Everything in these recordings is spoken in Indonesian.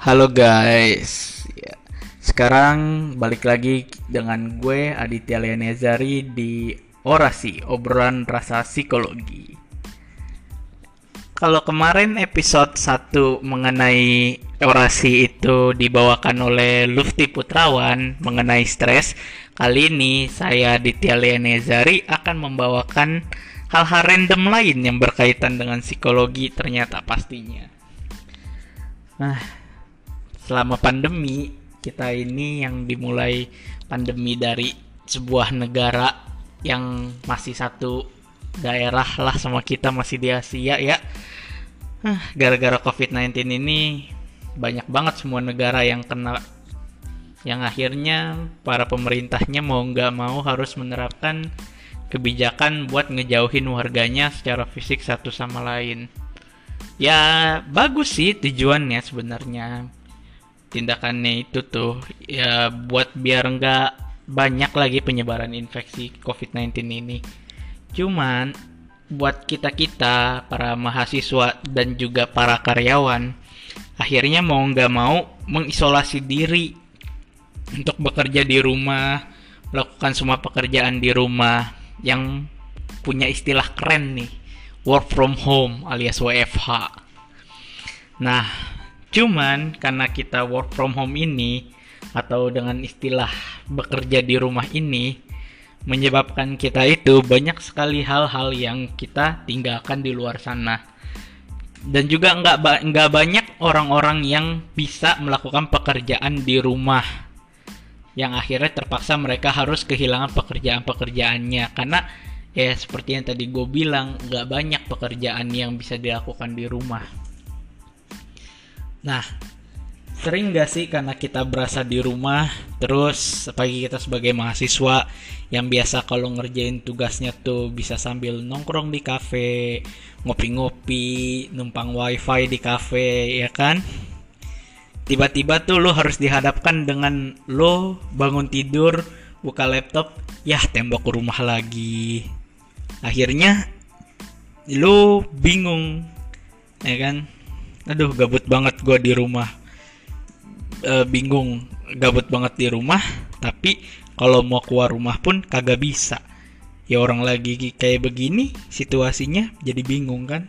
Halo guys, sekarang balik lagi dengan gue Aditya Lianezari di Orasi, obrolan rasa psikologi. Kalau kemarin episode 1 mengenai orasi itu dibawakan oleh Lufti Putrawan mengenai stres, kali ini saya Aditya Lianezari akan membawakan hal-hal random lain yang berkaitan dengan psikologi ternyata pastinya. Selama pandemi, kita ini yang dimulai pandemi dari sebuah negara yang masih satu daerah lah sama kita, masih di Asia ya. Gara-gara COVID-19 ini banyak banget semua negara yang kena, yang akhirnya para pemerintahnya mau nggak mau harus menerapkan kebijakan buat ngejauhin warganya secara fisik satu sama lain. Ya bagus sih tujuannya sebenarnya. Tindakannya itu tuh ya buat biar nggak banyak lagi penyebaran infeksi COVID-19 ini. Cuman buat kita para mahasiswa dan juga para karyawan, akhirnya mau nggak mau mengisolasi diri untuk bekerja di rumah, melakukan semua pekerjaan di rumah yang punya istilah keren nih, work from home alias WFH. Nah, cuman karena kita work from home ini atau dengan istilah bekerja di rumah ini menyebabkan kita itu banyak sekali hal-hal yang kita tinggalkan di luar sana. Dan juga nggak banyak orang-orang yang bisa melakukan pekerjaan di rumah, yang akhirnya terpaksa mereka harus kehilangan pekerjaan-pekerjaannya karena ya seperti yang tadi gue bilang, nggak banyak pekerjaan yang bisa dilakukan di rumah. Nah, sering gak sih karena kita berasa di rumah, terus apalagi kita sebagai mahasiswa yang biasa kalau ngerjain tugasnya tuh bisa sambil nongkrong di kafe, ngopi-ngopi, numpang wifi di kafe, ya kan? Tiba-tiba tuh lo harus dihadapkan dengan lo bangun tidur, buka laptop, ya tembok rumah lagi. Akhirnya lo bingung, ya kan? Aduh, gabut banget gue di rumah. Bingung, gabut banget di rumah. Tapi kalau mau keluar rumah pun kagak bisa. Ya orang lagi kayak begini situasinya, jadi bingung kan.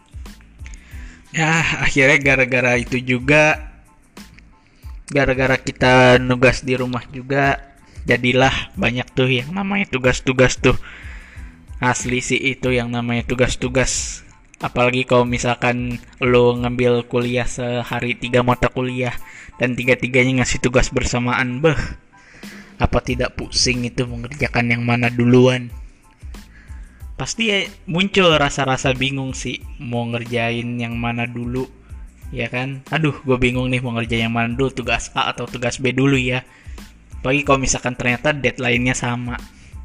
Ya akhirnya gara-gara itu juga, gara-gara kita nugas di rumah juga, jadilah banyak tuh yang namanya tugas-tugas tuh. Asli sih itu yang namanya tugas-tugas. Apalagi kalau misalkan lo ngambil kuliah sehari 3 mata kuliah dan 3-tiganya ngasih tugas bersamaan, apa tidak pusing itu mengerjakan yang mana duluan? Pasti ya, muncul rasa-rasa bingung sih mau ngerjain yang mana dulu, ya kan? Aduh, gue bingung nih mau ngerjain yang mana dulu, tugas A atau tugas B dulu ya. Apalagi kalau misalkan ternyata deadline-nya sama.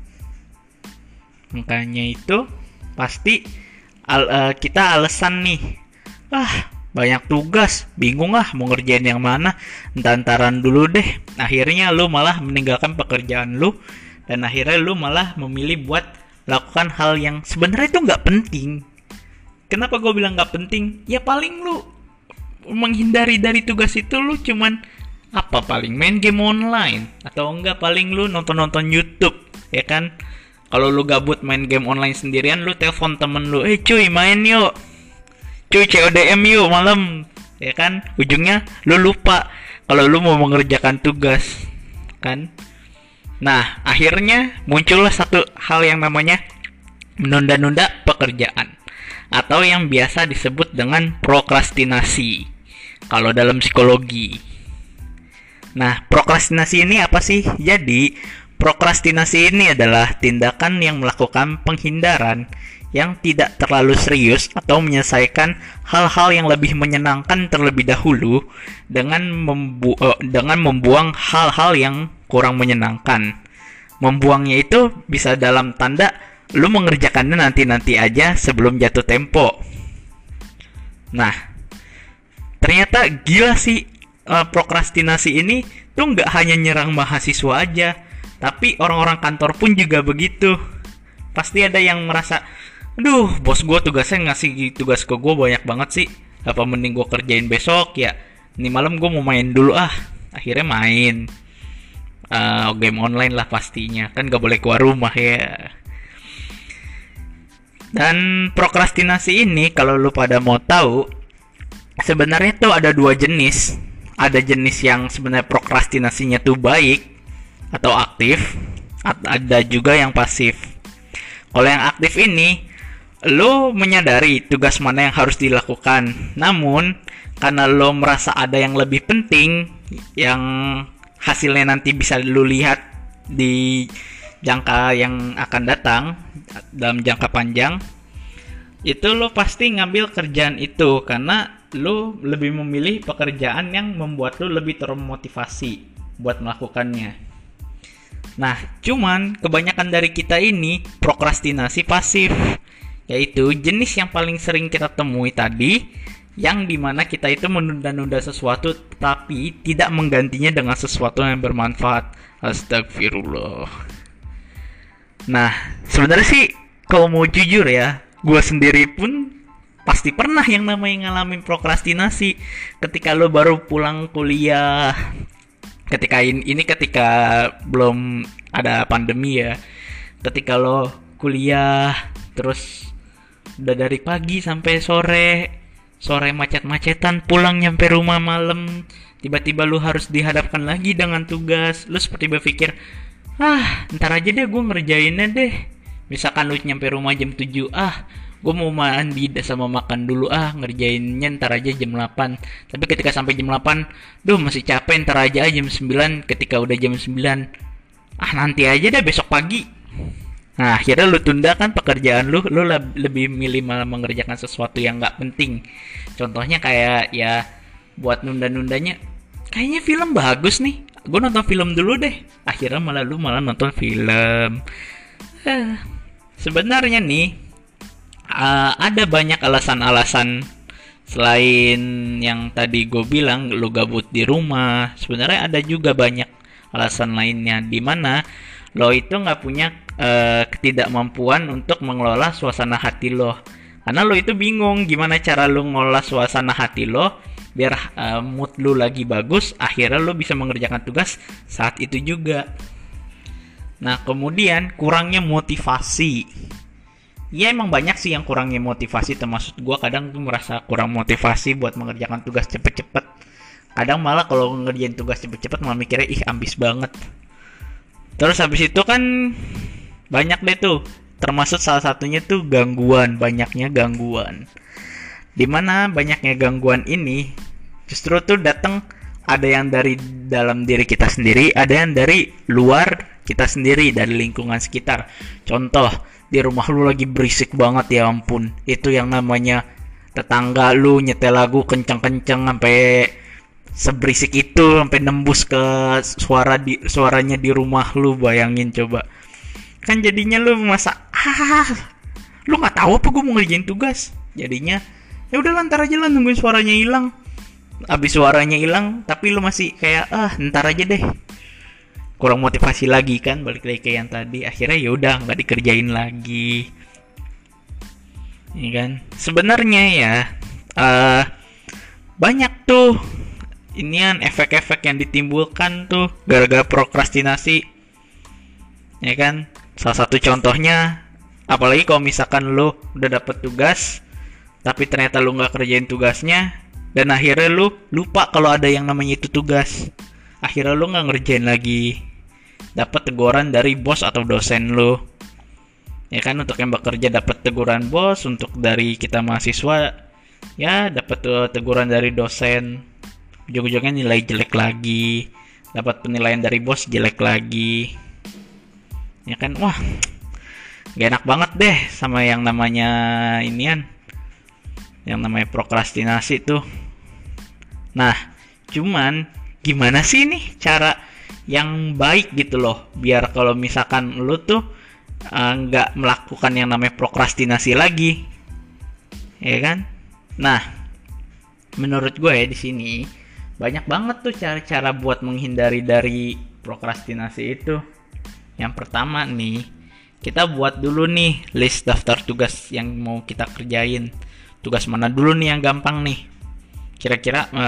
Makanya itu pasti kita alasan nih, banyak tugas, bingung mau ngerjain yang mana, ntar-ntaran dulu deh. Akhirnya lu malah meninggalkan pekerjaan lu, dan akhirnya lu malah memilih buat lakukan hal yang sebenarnya itu nggak penting. Kenapa gue bilang nggak penting? Ya paling lu menghindari dari tugas itu lu cuman paling main game online, atau enggak paling lu nonton YouTube, ya kan? Kalau lu gabut main game online sendirian, lu telepon temen lu, cuy main yuk, cuy CODM yuk malam, ya kan? Ujungnya lu lupa kalau lu mau mengerjakan tugas, kan? Nah, akhirnya muncullah satu hal yang namanya menunda-nunda pekerjaan, atau yang biasa disebut dengan prokrastinasi kalau dalam psikologi. Nah, prokrastinasi ini apa sih? Jadi prokrastinasi ini adalah tindakan yang melakukan penghindaran yang tidak terlalu serius atau menyelesaikan hal-hal yang lebih menyenangkan terlebih dahulu dengan membuang hal-hal yang kurang menyenangkan. Membuangnya itu bisa dalam tanda lu mengerjakannya nanti-nanti aja sebelum jatuh tempo. Nah, ternyata gila sih, prokrastinasi ini tuh nggak hanya nyerang mahasiswa aja, tapi orang-orang kantor pun juga begitu. Pasti ada yang merasa, aduh bos gue tugasnya ngasih tugas ke gue banyak banget sih, apa mending gue kerjain besok ya. ini malam gue mau main dulu akhirnya main. Game online lah pastinya, kan gak boleh keluar rumah ya. Dan prokrastinasi ini kalau lu pada mau tahu, sebenarnya tuh ada dua jenis. Ada jenis yang sebenarnya prokrastinasinya tuh baik atau aktif, ada juga yang pasif. Kalau yang aktif ini, lu menyadari tugas mana yang harus dilakukan, namun karena lo merasa ada yang lebih penting yang hasilnya nanti bisa lu lihat di jangka yang akan datang, dalam jangka panjang, itu lo pasti ngambil kerjaan itu karena lo lebih memilih pekerjaan yang membuat lo lebih termotivasi buat melakukannya. Nah, cuman kebanyakan dari kita ini prokrastinasi pasif, yaitu jenis yang paling sering kita temui tadi, yang dimana kita itu menunda-nunda sesuatu tapi tidak menggantinya dengan sesuatu yang bermanfaat. Astagfirullah. Nah, sebenarnya sih kalau mau jujur ya, gue sendiri pun pasti pernah yang namanya ngalamin prokrastinasi ketika lo baru pulang kuliah. Ketika ketika belum ada pandemi ya. Ketika lo kuliah terus udah dari pagi sampai sore macet-macetan, pulang nyampe rumah malam, tiba-tiba lu harus dihadapkan lagi dengan tugas. Lu seperti berpikir, ntar aja deh gue ngerjainnya deh. Misalkan lu nyampe rumah jam 7, gue mau mandi sama makan dulu, ngerjainnya ntar aja jam 8. Tapi ketika sampai jam 8, masih capek, ntar aja jam 9. Ketika udah jam 9, nanti aja deh besok pagi. Nah, akhirnya lu tunda kan pekerjaan lu lebih milih malah mengerjakan sesuatu yang nggak penting. Contohnya kayak ya buat nunda-nundanya, kayaknya film bagus nih, gue nonton film dulu deh. Akhirnya lu malah nonton film. Sebenarnya nih ada banyak alasan-alasan selain yang tadi gue bilang, lu gabut di rumah. Sebenarnya ada juga banyak alasan lainnya, dimana lo itu nggak punya ketidakmampuan untuk mengelola suasana hati lo, karena lo itu bingung gimana cara lo ngelola suasana hati lo biar mood lo lagi bagus, akhirnya lo bisa mengerjakan tugas saat itu juga. Nah, kemudian kurangnya motivasi. Ya emang banyak sih yang kurangnya motivasi, termasuk gue kadang tuh merasa kurang motivasi buat mengerjakan tugas cepet-cepet. Kadang malah kalau ngerjain tugas cepet-cepet malah mikirnya ambis banget. Terus habis itu kan banyak deh tuh, termasuk salah satunya tuh banyaknya gangguan. Dimana banyaknya gangguan ini justru tuh datang, ada yang dari dalam diri kita sendiri, ada yang dari luar kita sendiri, dari lingkungan sekitar. Contoh, di rumah lu lagi berisik banget, ya ampun, itu yang namanya tetangga lu nyetel lagu kenceng-kenceng sampai seberisik itu, sampai nembus ke suaranya di rumah lu. Bayangin coba, kan jadinya lu masa lu nggak tahu apa gue mau ngerjain tugas. Jadinya ya udah ntar aja lah, nungguin suaranya hilang. Abis suaranya hilang tapi lu masih kayak ntar aja deh, kurang motivasi lagi kan, balik lagi ke yang tadi. Akhirnya ya udah nggak dikerjain lagi, ya kan. Sebenarnya ya banyak tuh inian efek-efek yang ditimbulkan tuh gara-gara prokrastinasi, ya kan. Salah satu contohnya, apalagi kalau misalkan lu udah dapet tugas tapi ternyata lu nggak kerjain tugasnya, dan akhirnya lu lupa kalau ada yang namanya itu tugas. Akhirnya lu nggak ngerjain lagi, dapat teguran dari bos atau dosen lu, ya kan. Untuk yang bekerja dapat teguran bos, untuk dari kita mahasiswa ya dapat teguran dari dosen, ujung-ujungnya nilai jelek lagi, dapat penilaian dari bos jelek lagi, ya kan. Wah, gak enak banget deh sama yang namanya inian, yang namanya prokrastinasi tuh. Nah, cuman gimana sih nih cara yang baik gitu loh, biar kalau misalkan lu tuh nggak melakukan yang namanya prokrastinasi lagi, ya kan. Nah, menurut gue ya di sini banyak banget tuh cara-cara buat menghindari dari prokrastinasi itu. Yang pertama nih, kita buat dulu nih list daftar tugas yang mau kita kerjain. Tugas mana dulu nih yang gampang nih, kira-kira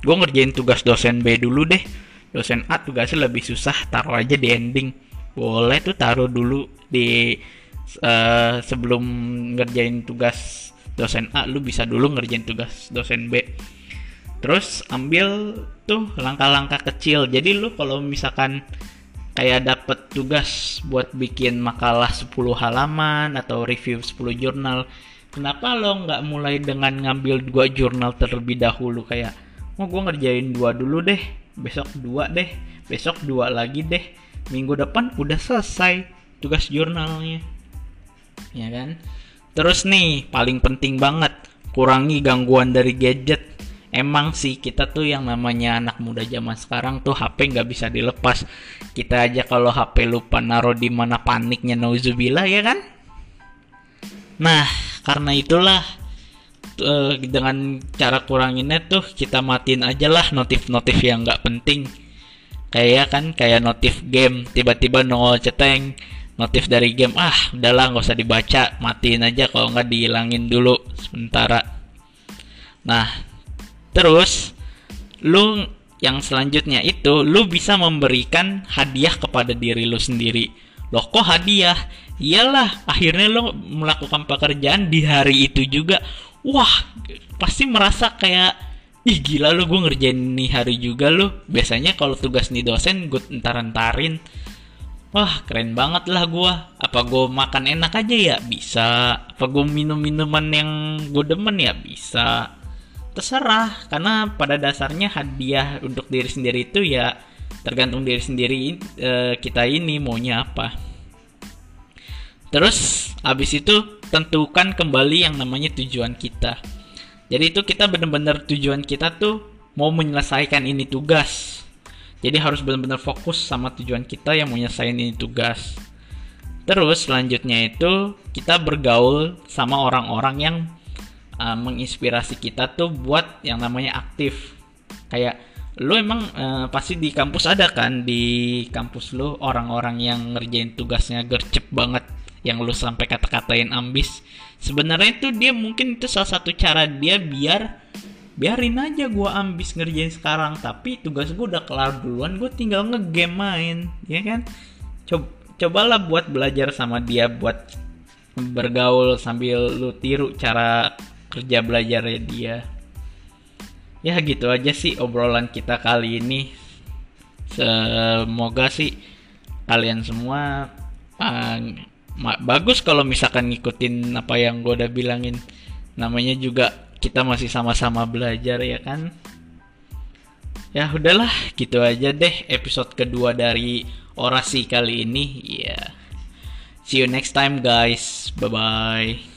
gue ngerjain tugas dosen B dulu deh. Dosen A tugasnya lebih susah, taruh aja di ending. Boleh tuh taruh dulu di sebelum ngerjain tugas dosen A, lu bisa dulu ngerjain tugas dosen B. Terus ambil tuh langkah-langkah kecil. Jadi lu kalau misalkan kayak dapet tugas buat bikin makalah 10 halaman atau review 10 jurnal, kenapa lo nggak mulai dengan ngambil 2 jurnal terlebih dahulu? Kayak, mau gue ngerjain 2 dulu deh, besok 2 deh, besok 2 lagi deh, minggu depan udah selesai tugas jurnalnya, ya kan? Terus nih, paling penting banget, kurangi gangguan dari gadget. Emang sih kita tuh yang namanya anak muda zaman sekarang tuh HP nggak bisa dilepas. Kita aja kalau HP lupa naruh di mana paniknya nauzubillah, ya kan? Nah, karena itulah dengan cara kuranginnya tuh kita matiin aja lah notif-notif yang nggak penting. Kayak notif game, tiba-tiba nongol ceteng notif dari game, udahlah nggak usah dibaca, matiin aja, kalau nggak dihilangin dulu sementara. Nah, terus lu yang selanjutnya itu lu bisa memberikan hadiah kepada diri lu sendiri. Loh, kok hadiah? Iyalah, akhirnya lu melakukan pekerjaan di hari itu juga. Wah, pasti merasa kayak, ih gila lu, gue ngerjain nih hari juga lu. Biasanya kalau tugas nih dosen gue entar-entarin. Wah, keren banget lah gue. Apa gue makan enak aja ya? Bisa. Apa gue minum minuman yang gue demen ya? Bisa. Terserah, karena pada dasarnya hadiah untuk diri sendiri itu ya tergantung diri sendiri, kita ini maunya apa. Terus abis itu tentukan kembali yang namanya tujuan kita. Jadi itu kita benar-benar tujuan kita tuh mau menyelesaikan ini tugas. Jadi harus benar-benar fokus sama tujuan kita yang mau nyelesain ini tugas. Terus selanjutnya itu kita bergaul sama orang-orang yang menginspirasi kita tuh buat yang namanya aktif. Kayak lu emang pasti di kampus ada kan, di kampus lu orang-orang yang ngerjain tugasnya gercep banget, yang lu sampai kata-katain ambis. Sebenarnya tuh dia mungkin itu salah satu cara dia biarin aja gua ambis ngerjain sekarang, tapi tugas gua udah kelar duluan, gua tinggal ngegame main, ya kan? Cobalah buat belajar sama dia, buat bergaul sambil lu tiru cara kerja belajarnya dia. Ya gitu aja sih obrolan kita kali ini. Semoga sih kalian semua bagus kalau misalkan ngikutin apa yang gue udah bilangin. Namanya juga kita masih sama-sama belajar, ya kan? Ya udahlah, gitu aja deh episode kedua dari orasi kali ini. Ya. See you next time guys. Bye bye.